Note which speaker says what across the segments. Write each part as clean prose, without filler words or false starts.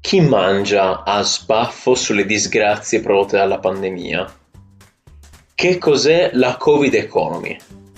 Speaker 1: Chi mangia a sbaffo sulle disgrazie prodotte dalla pandemia? Che cos'è la Covid Economy?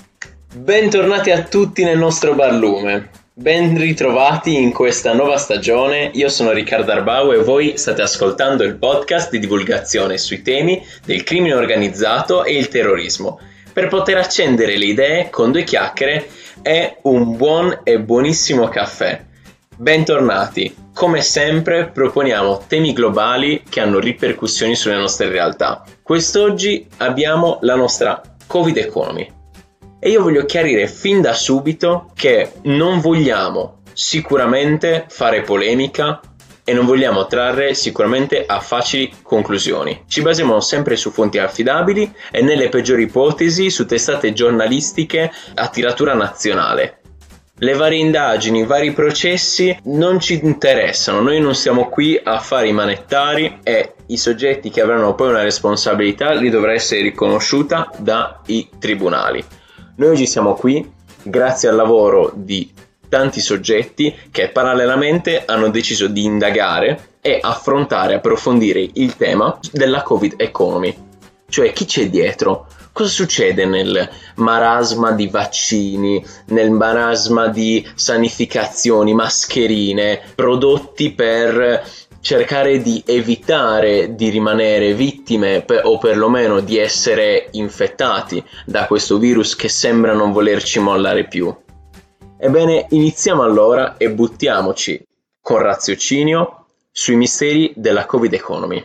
Speaker 1: Bentornati a tutti nel nostro barlume. Ben ritrovati in questa nuova stagione. Io sono Riccardo Arbau e voi state ascoltando il podcast di divulgazione sui temi del crimine organizzato e il terrorismo, per poter accendere le idee con due chiacchiere e un buon e buonissimo caffè. Bentornati. Come sempre proponiamo temi globali che hanno ripercussioni sulle nostre realtà. Quest'oggi abbiamo la nostra Covid Economy e io voglio chiarire fin da subito che non vogliamo sicuramente fare polemica e non vogliamo trarre sicuramente a facili conclusioni. Ci basiamo sempre su fonti affidabili e nelle peggiori ipotesi su testate giornalistiche a tiratura nazionale. Le varie indagini, i vari processi non ci interessano, noi non siamo qui a fare i manettari e i soggetti che avranno poi una responsabilità li dovrà essere riconosciuta dai tribunali. Noi oggi siamo qui grazie al lavoro di tanti soggetti che parallelamente hanno deciso di indagare e affrontare, approfondire il tema della Covid Economy, cioè chi c'è dietro. Cosa succede nel marasma di vaccini, nel marasma di sanificazioni, mascherine, prodotti per cercare di evitare di rimanere vittime o perlomeno di essere infettati da questo virus che sembra non volerci mollare più? Ebbene, iniziamo allora e buttiamoci con raziocinio sui misteri della Covid Economy.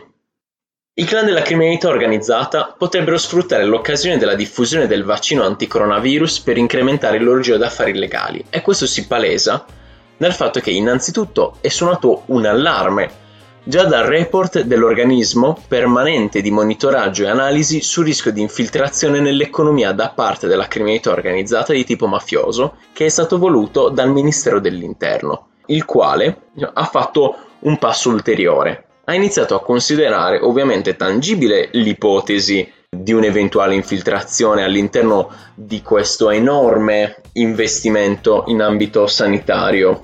Speaker 1: I clan della criminalità organizzata potrebbero sfruttare l'occasione della diffusione del vaccino anticoronavirus per incrementare il loro giro d'affari illegali, e questo si palesa dal fatto che innanzitutto è suonato un allarme già dal report dell'organismo permanente di monitoraggio e analisi sul rischio di infiltrazione nell'economia da parte della criminalità organizzata di tipo mafioso, che è stato voluto dal Ministero dell'Interno, il quale ha fatto un passo ulteriore. Ha iniziato a considerare ovviamente tangibile l'ipotesi di un'eventuale infiltrazione all'interno di questo enorme investimento in ambito sanitario.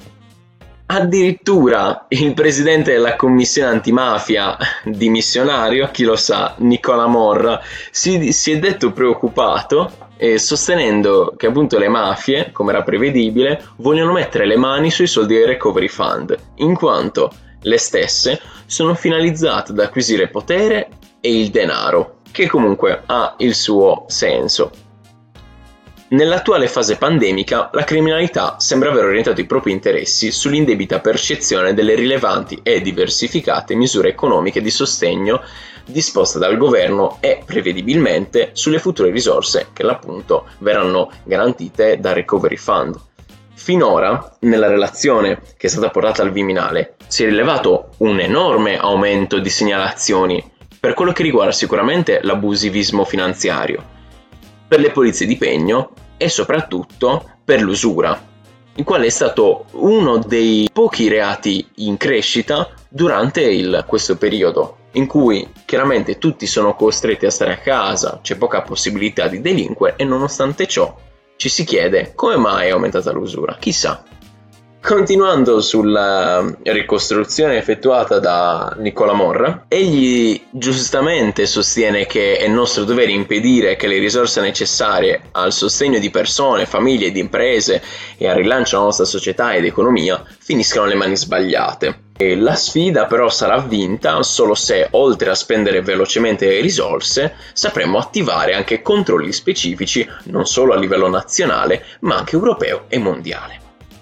Speaker 1: Addirittura il presidente della commissione antimafia dimissionario, chi lo sa, Nicola Morra, si è detto preoccupato, sostenendo che appunto le mafie, come era prevedibile, vogliono mettere le mani sui soldi del Recovery Fund, in quanto le stesse sono finalizzate ad acquisire potere e il denaro, che comunque ha il suo senso. Nell'attuale fase pandemica, la criminalità sembra aver orientato i propri interessi sull'indebita percezione delle rilevanti e diversificate misure economiche di sostegno disposte dal governo e, prevedibilmente, sulle future risorse che appunto verranno garantite dal Recovery Fund. Finora, nella relazione che è stata portata al Viminale, si è rilevato un enorme aumento di segnalazioni per quello che riguarda sicuramente l'abusivismo finanziario, per le polizie di pegno e soprattutto per l'usura, il quale è stato uno dei pochi reati in crescita durante questo periodo, in cui chiaramente tutti sono costretti a stare a casa, c'è poca possibilità di delinquere e nonostante ciò ci si chiede come mai è aumentata l'usura. Chissà. Continuando sulla ricostruzione effettuata da Nicola Morra, egli giustamente sostiene che è nostro dovere impedire che le risorse necessarie al sostegno di persone, famiglie ed imprese e al rilancio della nostra società ed economia finiscano alle mani sbagliate. E la sfida però sarà vinta solo se, oltre a spendere velocemente le risorse, sapremo attivare anche controlli specifici non solo a livello nazionale, ma anche europeo e mondiale.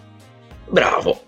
Speaker 1: Bravo,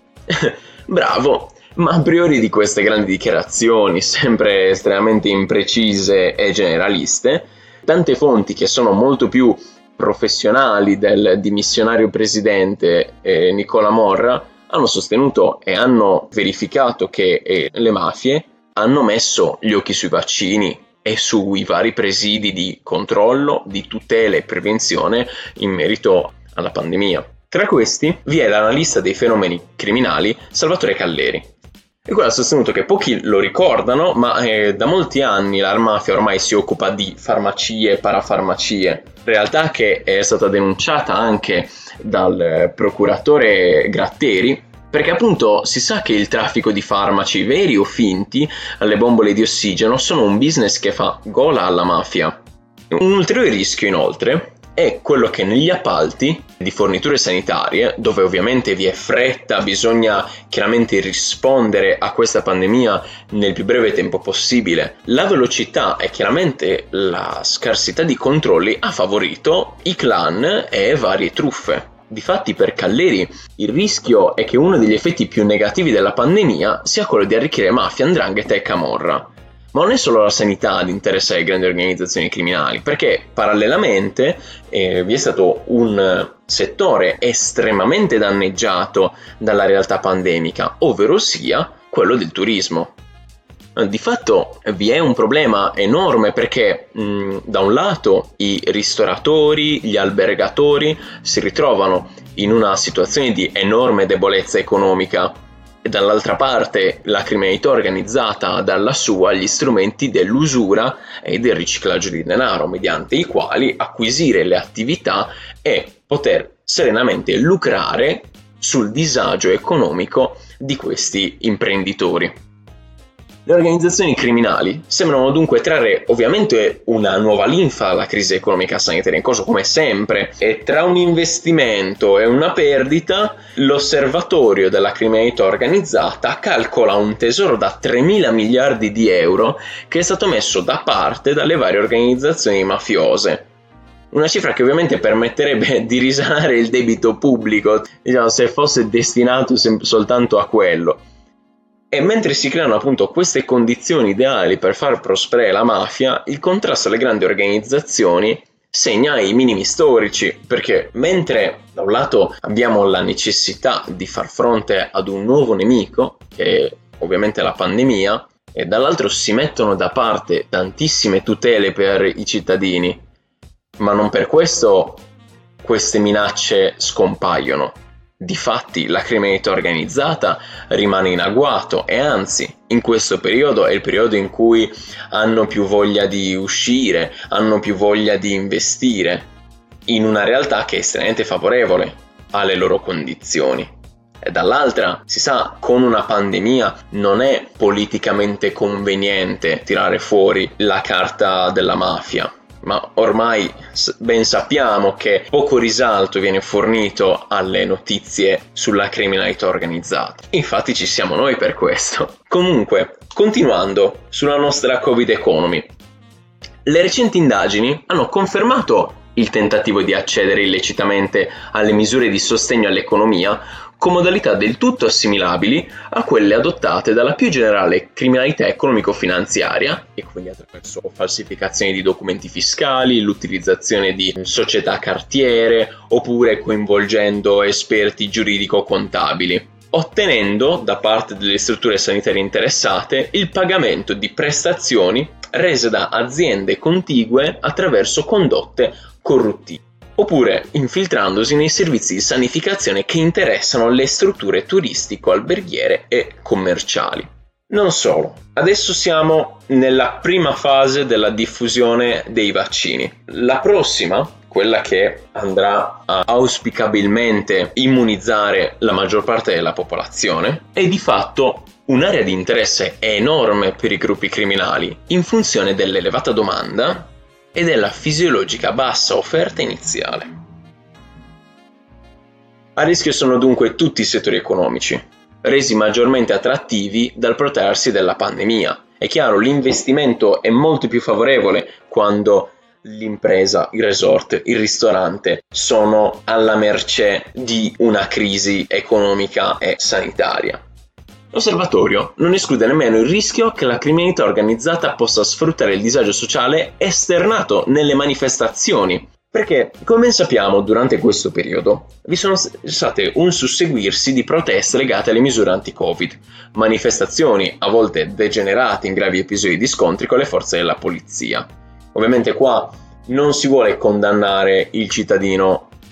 Speaker 1: bravo, ma a priori di queste grandi dichiarazioni, sempre estremamente imprecise e generaliste, tante fonti che sono molto più professionali del dimissionario presidente Nicola Morra hanno sostenuto e hanno verificato che le mafie hanno messo gli occhi sui vaccini e sui vari presidi di controllo, di tutela e prevenzione in merito alla pandemia. Tra questi vi è l'analista dei fenomeni criminali Salvatore Calleri, il quale ha sostenuto che pochi lo ricordano, ma da molti anni la mafia ormai si occupa di farmacie e parafarmacie, realtà che è stata denunciata anche dal procuratore Gratteri Perché appunto si sa che il traffico di farmaci veri o finti, alle bombole di ossigeno, sono un business che fa gola alla mafia. Un ulteriore rischio inoltre è quello che negli appalti di forniture sanitarie, dove ovviamente vi è fretta, bisogna chiaramente rispondere a questa pandemia nel più breve tempo possibile, la velocità e chiaramente la scarsità di controlli ha favorito i clan e varie truffe. Difatti per Calleri il rischio è che uno degli effetti più negativi della pandemia sia quello di arricchire mafia, 'ndrangheta e camorra. Ma non è solo la sanità ad interessare le grandi organizzazioni criminali, perché parallelamente vi è stato un settore estremamente danneggiato dalla realtà pandemica, ovvero sia quello del turismo. Di fatto vi è un problema enorme perché da un lato i ristoratori, gli albergatori si ritrovano in una situazione di enorme debolezza economica e dall'altra parte la criminalità organizzata dalla sua gli strumenti dell'usura e del riciclaggio di denaro, mediante i quali acquisire le attività e poter serenamente lucrare sul disagio economico di questi imprenditori. Le organizzazioni criminali sembrano dunque trarre ovviamente una nuova linfa alla crisi economica sanitaria in corso, come sempre, e tra un investimento e una perdita l'osservatorio della criminalità organizzata calcola un tesoro da 3.000 miliardi di euro che è stato messo da parte dalle varie organizzazioni mafiose. Una cifra che ovviamente permetterebbe di risanare il debito pubblico, diciamo, se fosse destinato soltanto a quello. E mentre si creano appunto queste condizioni ideali per far prosperare la mafia, il contrasto alle grandi organizzazioni segna i minimi storici, perché mentre da un lato abbiamo la necessità di far fronte ad un nuovo nemico, che è ovviamente la pandemia, e dall'altro si mettono da parte tantissime tutele per i cittadini, ma non per questo queste minacce scompaiono. Difatti la criminalità organizzata rimane in agguato e anzi in questo periodo è il periodo in cui hanno più voglia di uscire, hanno più voglia di investire in una realtà che è estremamente favorevole alle loro condizioni. E dall'altra, si sa, con una pandemia non è politicamente conveniente tirare fuori la carta della mafia. Ma ormai ben sappiamo che poco risalto viene fornito alle notizie sulla criminalità organizzata. Infatti ci siamo noi per questo. Comunque, continuando sulla nostra Covid economy, le recenti indagini hanno confermato il tentativo di accedere illecitamente alle misure di sostegno all'economia con modalità del tutto assimilabili a quelle adottate dalla più generale criminalità economico-finanziaria, e quindi attraverso falsificazioni di documenti fiscali, l'utilizzazione di società cartiere, oppure coinvolgendo esperti giuridico-contabili, ottenendo da parte delle strutture sanitarie interessate il pagamento di prestazioni rese da aziende contigue attraverso condotte corruttive, oppure infiltrandosi nei servizi di sanificazione che interessano le strutture turistico-alberghiere e commerciali. Non solo, adesso siamo nella prima fase della diffusione dei vaccini. La prossima, quella che andrà a auspicabilmente immunizzare la maggior parte della popolazione, è di fatto un'area di interesse enorme per i gruppi criminali in funzione dell'elevata domanda e della fisiologica bassa offerta iniziale. A rischio sono dunque tutti i settori economici, resi maggiormente attrattivi dal protrarsi della pandemia. È chiaro, l'investimento è molto più favorevole quando l'impresa, il resort, il ristorante sono alla mercé di una crisi economica e sanitaria. L'osservatorio non esclude nemmeno il rischio che la criminalità organizzata possa sfruttare il disagio sociale esternato nelle manifestazioni, perché, come ben sappiamo, durante questo periodo vi sono state un susseguirsi di proteste legate alle misure anti-Covid, manifestazioni a volte degenerate in gravi episodi di scontri con le forze della polizia. Ovviamente qua non si vuole condannare il cittadino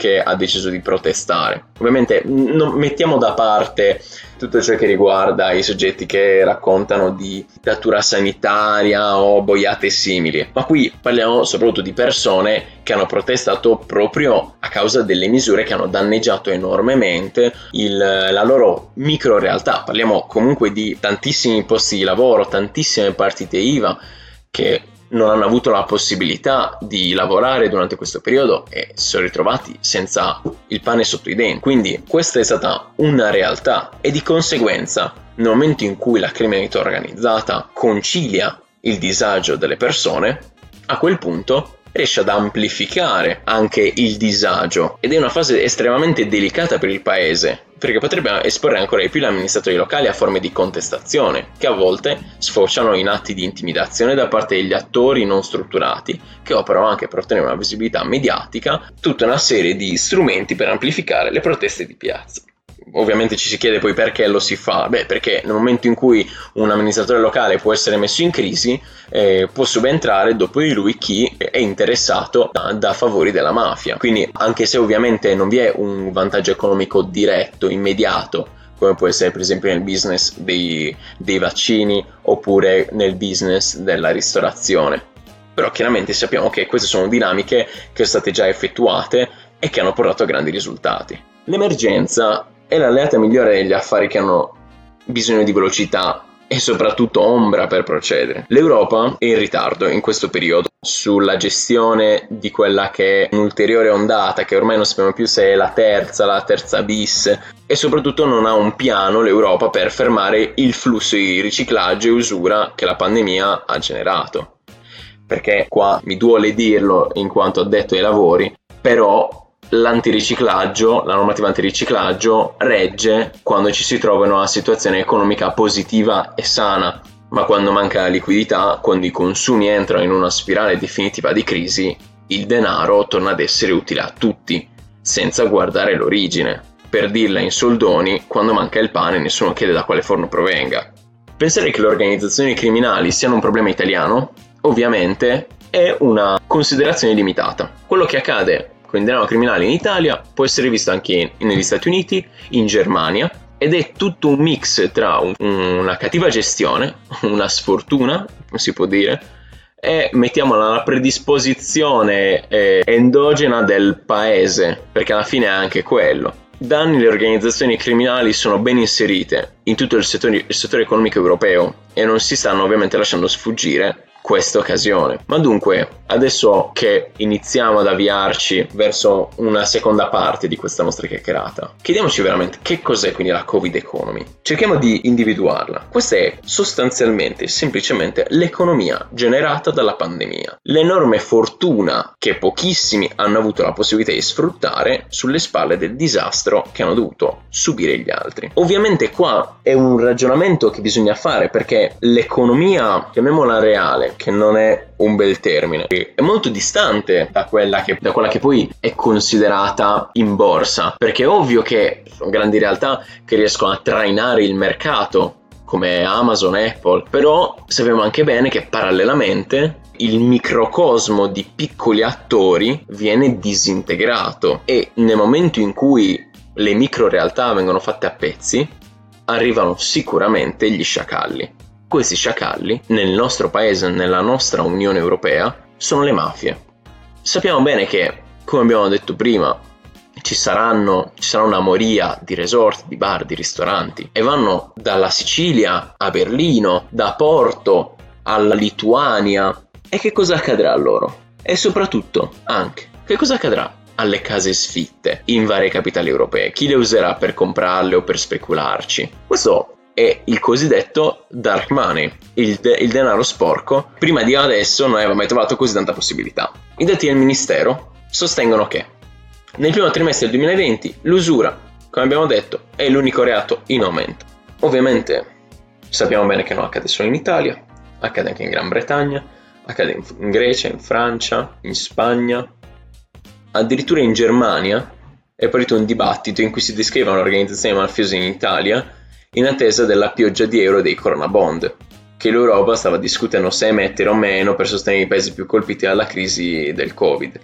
Speaker 1: che ha deciso di protestare. Ovviamente mettiamo da parte tutto ciò che riguarda i soggetti che raccontano di dittatura sanitaria o boiate simili, ma qui parliamo soprattutto di persone che hanno protestato proprio a causa delle misure che hanno danneggiato enormemente la loro micro realtà. Parliamo comunque di tantissimi posti di lavoro, tantissime partite IVA che non hanno avuto la possibilità di lavorare durante questo periodo e si sono ritrovati senza il pane sotto i denti. Quindi questa è stata una realtà e di conseguenza nel momento in cui la criminalità organizzata concilia il disagio delle persone, a quel punto riesce ad amplificare anche il disagio ed è una fase estremamente delicata per il paese, perché potrebbe esporre ancora di più gli amministratori locali a forme di contestazione che a volte sfociano in atti di intimidazione da parte degli attori non strutturati che operano anche per ottenere una visibilità mediatica, tutta una serie di strumenti per amplificare le proteste di piazza. Ovviamente ci si chiede poi perché lo si fa. Perché nel momento in cui un amministratore locale può essere messo in crisi, può subentrare dopo di lui chi è interessato da favori della mafia. Quindi anche se ovviamente non vi è un vantaggio economico diretto, immediato, come può essere per esempio nel business dei vaccini oppure nel business della ristorazione, però chiaramente sappiamo che queste sono dinamiche che sono state già effettuate e che hanno portato a grandi risultati. L'emergenza è l'alleata migliore degli affari che hanno bisogno di velocità e soprattutto ombra per procedere. L'Europa è in ritardo in questo periodo sulla gestione di quella che è un'ulteriore ondata, che ormai non sappiamo più se è la terza bis, e soprattutto non ha un piano l'Europa per fermare il flusso di riciclaggio e usura che la pandemia ha generato. Perché qua mi duole dirlo in quanto addetto ai lavori, però l'antiriciclaggio, la normativa antiriciclaggio regge quando ci si trova in una situazione economica positiva e sana, ma quando manca la liquidità, quando i consumi entrano in una spirale definitiva di crisi, il denaro torna ad essere utile a tutti, senza guardare l'origine. Per dirla in soldoni, quando manca il pane nessuno chiede da quale forno provenga. Pensare che le organizzazioni criminali siano un problema italiano, ovviamente, è una considerazione limitata. Quello che accade con il denaro criminale in Italia può essere visto anche negli Stati Uniti, in Germania, ed è tutto un mix tra una cattiva gestione, una sfortuna, si può dire, e mettiamola alla predisposizione endogena del paese, perché alla fine è anche quello. Da anni le organizzazioni criminali sono ben inserite in tutto il settore economico europeo e non si stanno ovviamente lasciando sfuggire questa occasione. Ma dunque, adesso che iniziamo ad avviarci verso una seconda parte di questa nostra chiacchierata, chiediamoci veramente che cos'è quindi la Covid Economy. Cerchiamo di individuarla. Questa è sostanzialmente, semplicemente, l'economia generata dalla pandemia. L'enorme fortuna che pochissimi hanno avuto la possibilità di sfruttare sulle spalle del disastro che hanno dovuto subire gli altri. Ovviamente qua è un ragionamento che bisogna fare, perché l'economia, chiamiamola reale, che non è un bel termine, è molto distante da quella che poi è considerata in borsa, perché è ovvio che sono grandi realtà che riescono a trainare il mercato come Amazon, Apple, però sappiamo anche bene che parallelamente il microcosmo di piccoli attori viene disintegrato e nel momento in cui le micro realtà vengono fatte a pezzi arrivano sicuramente gli sciacalli. Questi sciacalli, nel nostro paese, nella nostra Unione Europea, sono le mafie. Sappiamo bene che, come abbiamo detto prima, ci sarà una moria di resort, di bar, di ristoranti e vanno dalla Sicilia a Berlino, da Porto alla Lituania. E che cosa accadrà a loro? E soprattutto, anche, che cosa accadrà alle case sfitte in varie capitali europee? Chi le userà per comprarle o per specularci? Questo è il cosiddetto dark money, il denaro sporco. Prima di adesso non aveva mai trovato così tanta possibilità. I dati del Ministero sostengono che nel primo trimestre del 2020 l'usura, come abbiamo detto, è l'unico reato in aumento. Ovviamente sappiamo bene che non accade solo in Italia, accade anche in Gran Bretagna, accade in Grecia, in Francia, in Spagna, addirittura in Germania. È partito un dibattito in cui si descrivono organizzazioni mafiose in Italia in attesa della pioggia di euro dei Corona Bond, che l'Europa stava discutendo se emettere o meno per sostenere i paesi più colpiti dalla crisi del Covid.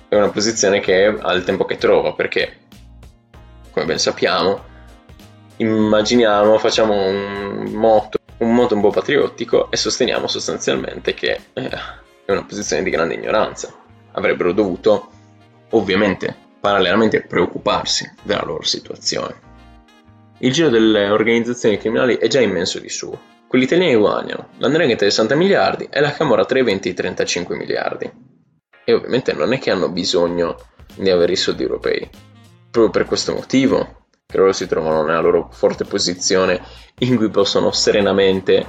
Speaker 1: è una posizione che ha il tempo che trova, perché, come ben sappiamo, facciamo un motto un po' patriottico e sosteniamo sostanzialmente che è una posizione di grande ignoranza. Avrebbero dovuto, ovviamente, parallelamente preoccuparsi della loro situazione. Il giro delle organizzazioni criminali è già immenso di suo. Quelli italiani guadagnano la 'ndrangheta 60 miliardi e la Camorra tra i 20 e i 35 miliardi. E ovviamente non è che hanno bisogno di avere i soldi europei. Proprio per questo motivo che loro si trovano nella loro forte posizione in cui possono serenamente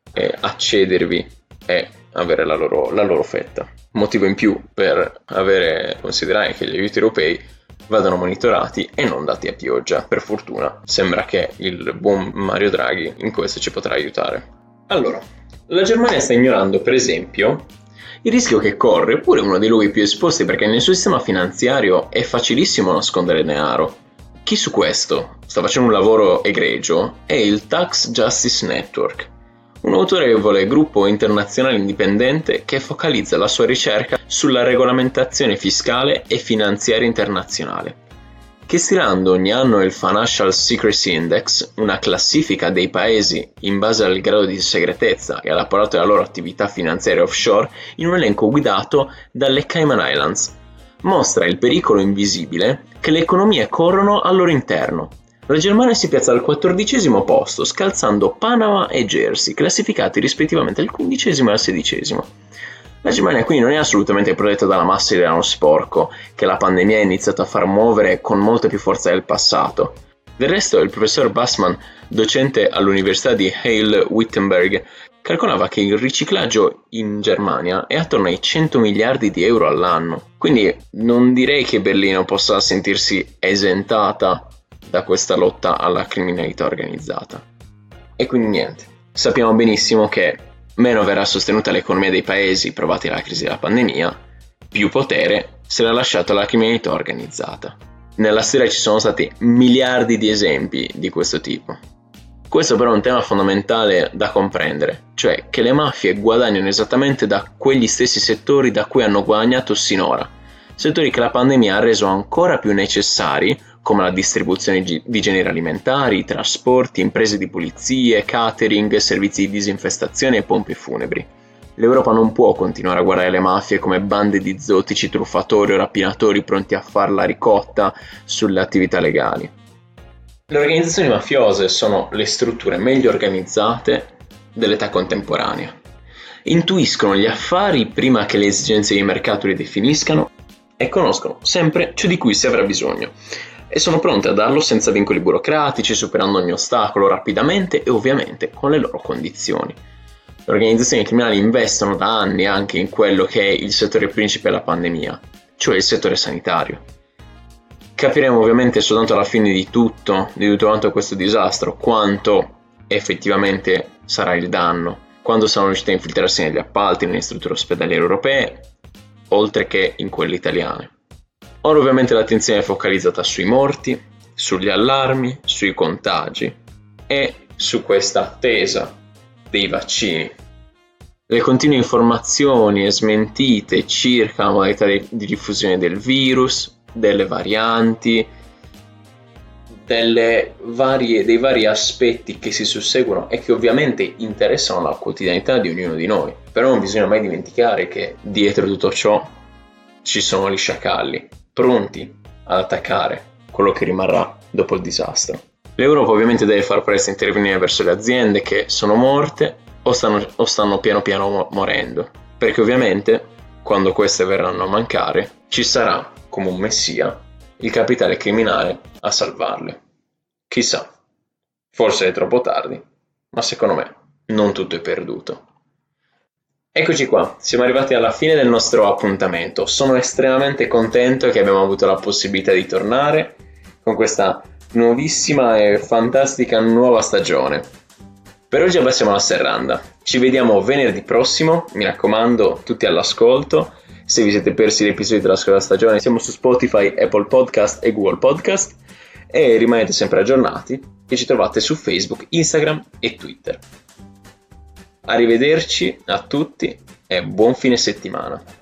Speaker 1: accedervi e avere la loro fetta. Motivo in più per considerare che gli aiuti europei vadano monitorati e non dati a pioggia. Per fortuna sembra che il buon Mario Draghi in questo ci potrà aiutare. Allora, la Germania sta ignorando, per esempio, il rischio che corre, eppure uno dei luoghi più esposti, perché nel suo sistema finanziario è facilissimo nascondere denaro. Chi su questo sta facendo un lavoro egregio è il Tax Justice Network, un autorevole gruppo internazionale indipendente che focalizza la sua ricerca sulla regolamentazione fiscale e finanziaria internazionale, che stilando ogni anno il Financial Secrecy Index, una classifica dei paesi in base al grado di segretezza e all'apparato della loro attività finanziaria offshore, in un elenco guidato dalle Cayman Islands, mostra il pericolo invisibile che le economie corrono al loro interno. La Germania si piazza al 14° posto, scalzando Panama e Jersey, classificati rispettivamente al 15° e al 16°. La Germania quindi non è assolutamente protetta dalla massa di denaro sporco, che la pandemia ha iniziato a far muovere con molta più forza del passato. Del resto, il professor Bassmann, docente all'Università di Halle-Wittenberg, calcolava che il riciclaggio in Germania è attorno ai 100 miliardi di euro all'anno. Quindi non direi che Berlino possa sentirsi esentata da questa lotta alla criminalità organizzata. E quindi niente, sappiamo benissimo che meno verrà sostenuta l'economia dei paesi provati dalla crisi della pandemia, più potere sarà lasciato alla criminalità organizzata. Nella storia ci sono stati miliardi di esempi di questo tipo. Questo però è un tema fondamentale da comprendere, cioè che le mafie guadagnano esattamente da quegli stessi settori da cui hanno guadagnato sinora, settori che la pandemia ha reso ancora più necessari, come la distribuzione di generi alimentari, trasporti, imprese di pulizie, catering, servizi di disinfestazione e pompe funebri. L'Europa non può continuare a guardare le mafie come bande di zotici, truffatori o rapinatori pronti a far la ricotta sulle attività legali. Le organizzazioni mafiose sono le strutture meglio organizzate dell'età contemporanea. Intuiscono gli affari prima che le esigenze di mercato li definiscano e conoscono sempre ciò di cui si avrà bisogno. E sono pronte a darlo senza vincoli burocratici, superando ogni ostacolo rapidamente e ovviamente con le loro condizioni. Le organizzazioni criminali investono da anni anche in quello che è il settore principe della pandemia, cioè il settore sanitario. Capiremo ovviamente soltanto alla fine di tutto quanto questo disastro, quanto effettivamente sarà il danno, quando saranno riusciti a infiltrarsi negli appalti, nelle strutture ospedaliere europee, oltre che in quelle italiane. Ora ovviamente l'attenzione è focalizzata sui morti, sugli allarmi, sui contagi e su questa attesa dei vaccini. Le continue informazioni e smentite circa la modalità di diffusione del virus, delle varianti, dei vari aspetti che si susseguono e che ovviamente interessano la quotidianità di ognuno di noi. Però non bisogna mai dimenticare che dietro tutto ciò ci sono gli sciacalli, pronti ad attaccare quello che rimarrà dopo il disastro. L'Europa ovviamente deve far presto intervenire verso le aziende che sono morte o stanno piano piano morendo, perché ovviamente quando queste verranno a mancare ci sarà, come un messia, il capitale criminale a salvarle. Chissà, forse è troppo tardi, ma secondo me non tutto è perduto. Eccoci qua, siamo arrivati alla fine del nostro appuntamento. Sono estremamente contento che abbiamo avuto la possibilità di tornare con questa nuovissima e fantastica nuova stagione. Per oggi abbassiamo la serranda. Ci vediamo venerdì prossimo, mi raccomando, tutti all'ascolto. Se vi siete persi gli episodi della scorsa stagione, siamo su Spotify, Apple Podcast e Google Podcast e rimanete sempre aggiornati e ci trovate su Facebook, Instagram e Twitter. Arrivederci a tutti e buon fine settimana.